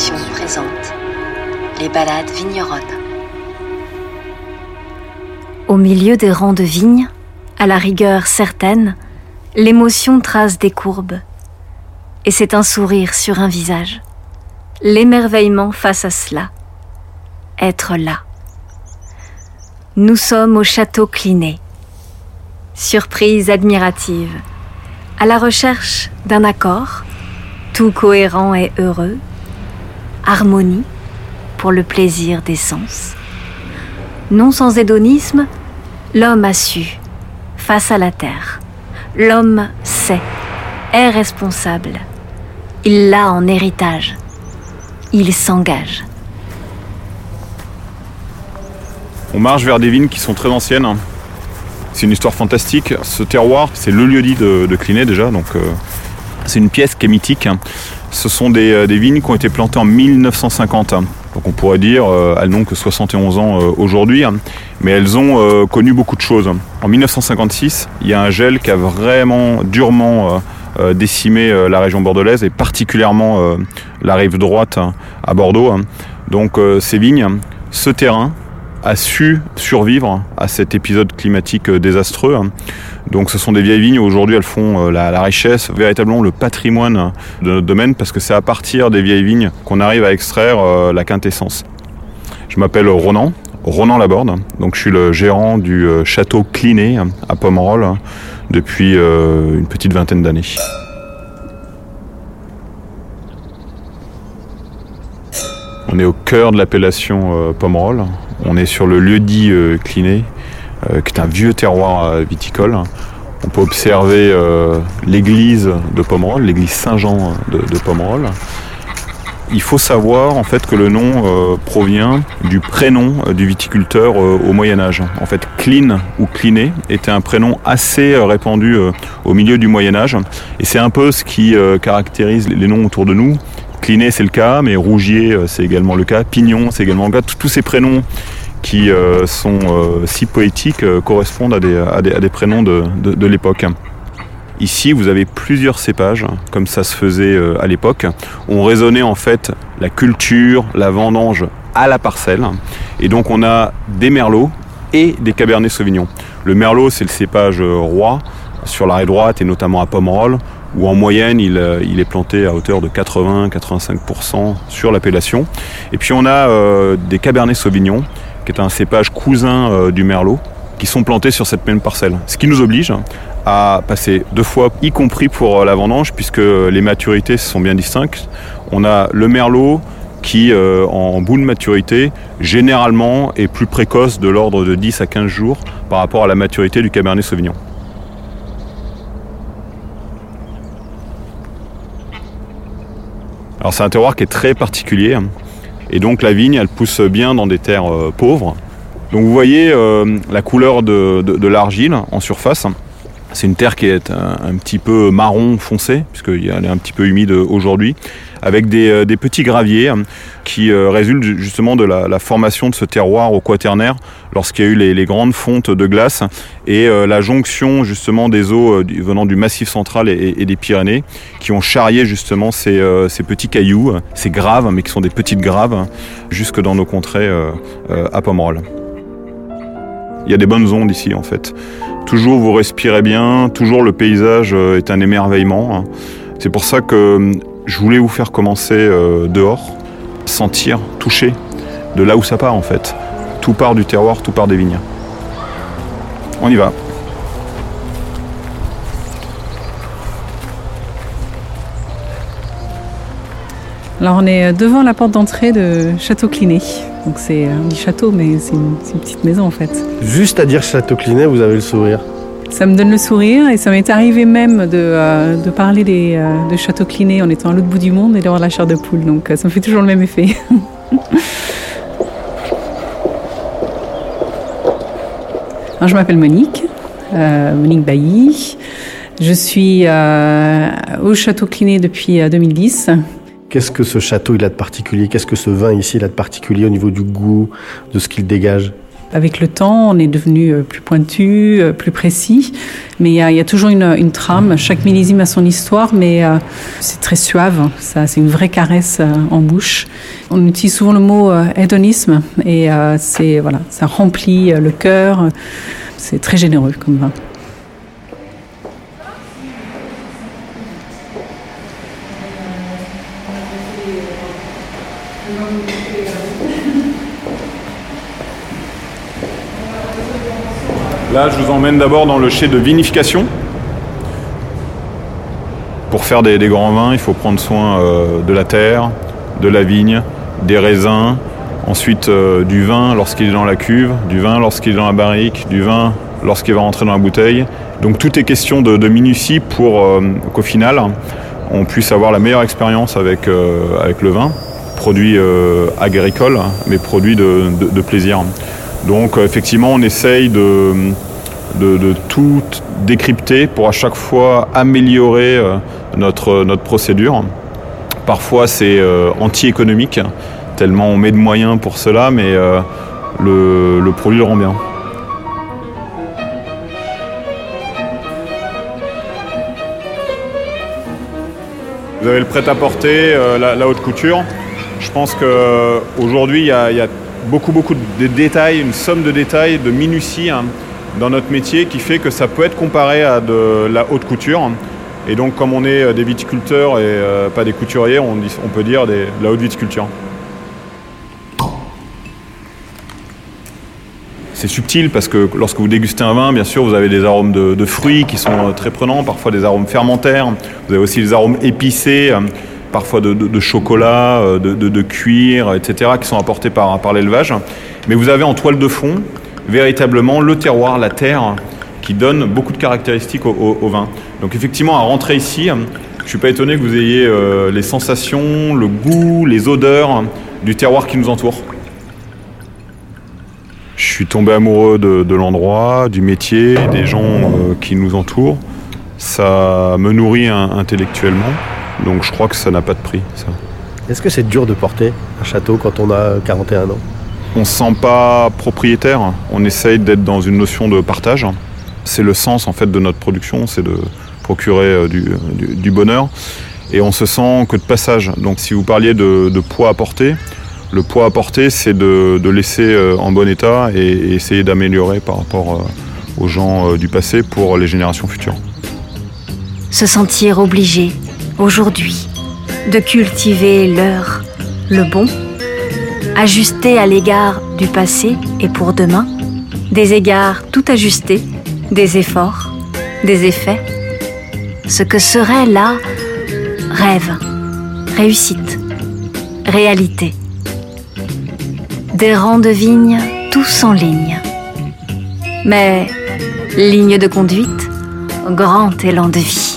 Productions présente les balades vigneronnes. Au milieu des rangs de vignes, à la rigueur certaine, l'émotion trace des courbes. Et c'est un sourire sur un visage. L'émerveillement face à cela. Être là. Nous sommes au château Clinet. Surprise admirative, à la recherche d'un accord, tout cohérent et heureux, harmonie pour le plaisir des sens. Non sans hédonisme, l'homme a su, face à la terre. L'homme sait, est responsable. Il l'a en héritage. Il s'engage. On marche vers des vignes qui sont très anciennes. C'est une histoire fantastique. Ce terroir, c'est le lieu-dit de Clinet déjà, donc c'est une pièce qui est mythique. Ce sont des vignes qui ont été plantées en 1950. Donc on pourrait dire, elles n'ont que 71 ans aujourd'hui, mais elles ont connu beaucoup de choses. En 1956, il y a un gel qui a vraiment durement décimé la région bordelaise et particulièrement la rive droite à Bordeaux. Donc ces vignes, ce terrain a su survivre à cet épisode climatique désastreux. Donc ce sont des vieilles vignes, aujourd'hui elles font la richesse, véritablement le patrimoine de notre domaine, parce que c'est à partir des vieilles vignes qu'on arrive à extraire la quintessence. Je m'appelle Ronan Laborde, donc je suis le gérant du château Clinet à Pomerol depuis une petite vingtaine d'années. On est au cœur de l'appellation Pomerol. On est sur le lieu-dit Clinet, qui est un vieux terroir viticole. On peut observer l'église de Pomerol, l'église Saint-Jean de Pomerol. Il faut savoir en fait que le nom provient du prénom du viticulteur au Moyen-Âge. En fait, Cline ou Clinet était un prénom assez répandu au milieu du Moyen-Âge. Et c'est un peu ce qui caractérise les noms autour de nous. Clinet, c'est le cas, mais Rougier, c'est également le cas. Pignon, c'est également le cas. Tous ces prénoms qui sont si poétiques correspondent à des prénoms de l'époque. Ici, vous avez plusieurs cépages, comme ça se faisait à l'époque. On raisonnait en fait la culture, la vendange à la parcelle. Et donc, on a des merlots et des cabernets sauvignon. Le merlot, c'est le cépage roi sur la rive droite et notamment à Pomerol, où en moyenne il est planté à hauteur de 80-85% sur l'appellation. Et puis on a des Cabernet Sauvignon, qui est un cépage cousin du Merlot, qui sont plantés sur cette même parcelle. Ce qui nous oblige à passer 2 fois, y compris pour la vendange, puisque les maturités sont bien distinctes. On a le Merlot qui, en bout de maturité, généralement est plus précoce de l'ordre de 10 à 15 jours par rapport à la maturité du Cabernet Sauvignon. Alors c'est un terroir qui est très particulier et donc la vigne elle pousse bien dans des terres pauvres. Donc vous voyez la couleur de l'argile en surface. C'est une terre qui est un petit peu marron foncé puisqu'elle est un petit peu humide aujourd'hui, avec des petits graviers qui résultent justement de la formation de ce terroir au Quaternaire lorsqu'il y a eu les grandes fontes de glace et la jonction justement des eaux venant du Massif central et des Pyrénées qui ont charrié justement ces petits cailloux, ces graves, mais qui sont des petites graves, jusque dans nos contrées à Pomerol. Il y a des bonnes ondes ici en fait. Toujours vous respirez bien, toujours le paysage est un émerveillement. C'est pour ça que je voulais vous faire commencer dehors, sentir, toucher, de là où ça part en fait. Tout part du terroir, tout part des vignes. On y va. Alors on est devant la porte d'entrée de Château Clinet. Donc c'est un château, mais c'est une petite maison en fait. Juste à dire Château Clinet, vous avez le sourire. Ça me donne le sourire et ça m'est arrivé même de parler de Château Clinet en étant à l'autre bout du monde et d'avoir de la chair de poule. Donc ça me fait toujours le même effet. Alors, je m'appelle Monique Bailly. Je suis au Château Clinet depuis 2010. Qu'est-ce que ce château il a de particulier ? Qu'est-ce que ce vin ici il a de particulier au niveau du goût, de ce qu'il dégage ? Avec le temps, on est devenu plus pointu, plus précis, mais il y a toujours une trame. Chaque millésime a son histoire, mais c'est très suave. Ça, c'est une vraie caresse en bouche. On utilise souvent le mot hédonisme, et ça remplit le cœur. C'est très généreux comme vin. Là, je vous emmène d'abord dans le chai de vinification. Pour faire des grands vins, il faut prendre soin de la terre, de la vigne, des raisins, ensuite du vin lorsqu'il est dans la cuve, du vin lorsqu'il est dans la barrique, du vin lorsqu'il va rentrer dans la bouteille. Donc tout est question de minutie pour qu'au final, on puisse avoir la meilleure expérience avec le vin, produit agricole, mais produit de plaisir. Donc effectivement, on essaye de tout décrypter pour à chaque fois améliorer notre procédure. Parfois c'est anti-économique, tellement on met de moyens pour cela, mais le produit le rend bien. Vous avez le prêt-à-porter, la haute couture. Je pense qu'aujourd'hui, il y a beaucoup de détails, une somme de détails, de minutie dans notre métier qui fait que ça peut être comparé à de la haute couture. Et donc, comme on est des viticulteurs et pas des couturiers, on peut dire de la haute viticulture. C'est subtil parce que lorsque vous dégustez un vin, bien sûr, vous avez des arômes de fruits qui sont très prenants, parfois des arômes fermentaires. Vous avez aussi des arômes épicés, parfois de chocolat, de cuir, etc., qui sont apportés par l'élevage. Mais vous avez en toile de fond, véritablement, le terroir, la terre, qui donne beaucoup de caractéristiques au vin. Donc effectivement, à rentrer ici, je ne suis pas étonné que vous ayez les sensations, le goût, les odeurs du terroir qui nous entoure. Je suis tombé amoureux de l'endroit, du métier, des gens qui nous entourent. Ça me nourrit intellectuellement, donc je crois que ça n'a pas de prix, ça. Est-ce que c'est dur de porter un château quand on a 41 ans ? On ne se sent pas propriétaire, on essaye d'être dans une notion de partage. C'est le sens en fait de notre production, c'est de procurer du bonheur. Et on se sent que de passage. Donc si vous parliez de poids à porter, le poids à porter, c'est de laisser en bon état et essayer d'améliorer par rapport aux gens du passé pour les générations futures. Se sentir obligé, aujourd'hui, de cultiver l'heure, le bon, ajusté à l'égard du passé et pour demain, des égards tout ajustés, des efforts, des effets. Ce que serait là, rêve, réussite, réalité. Des rangs de vignes, tous en ligne. Mais, ligne de conduite, grand élan de vie.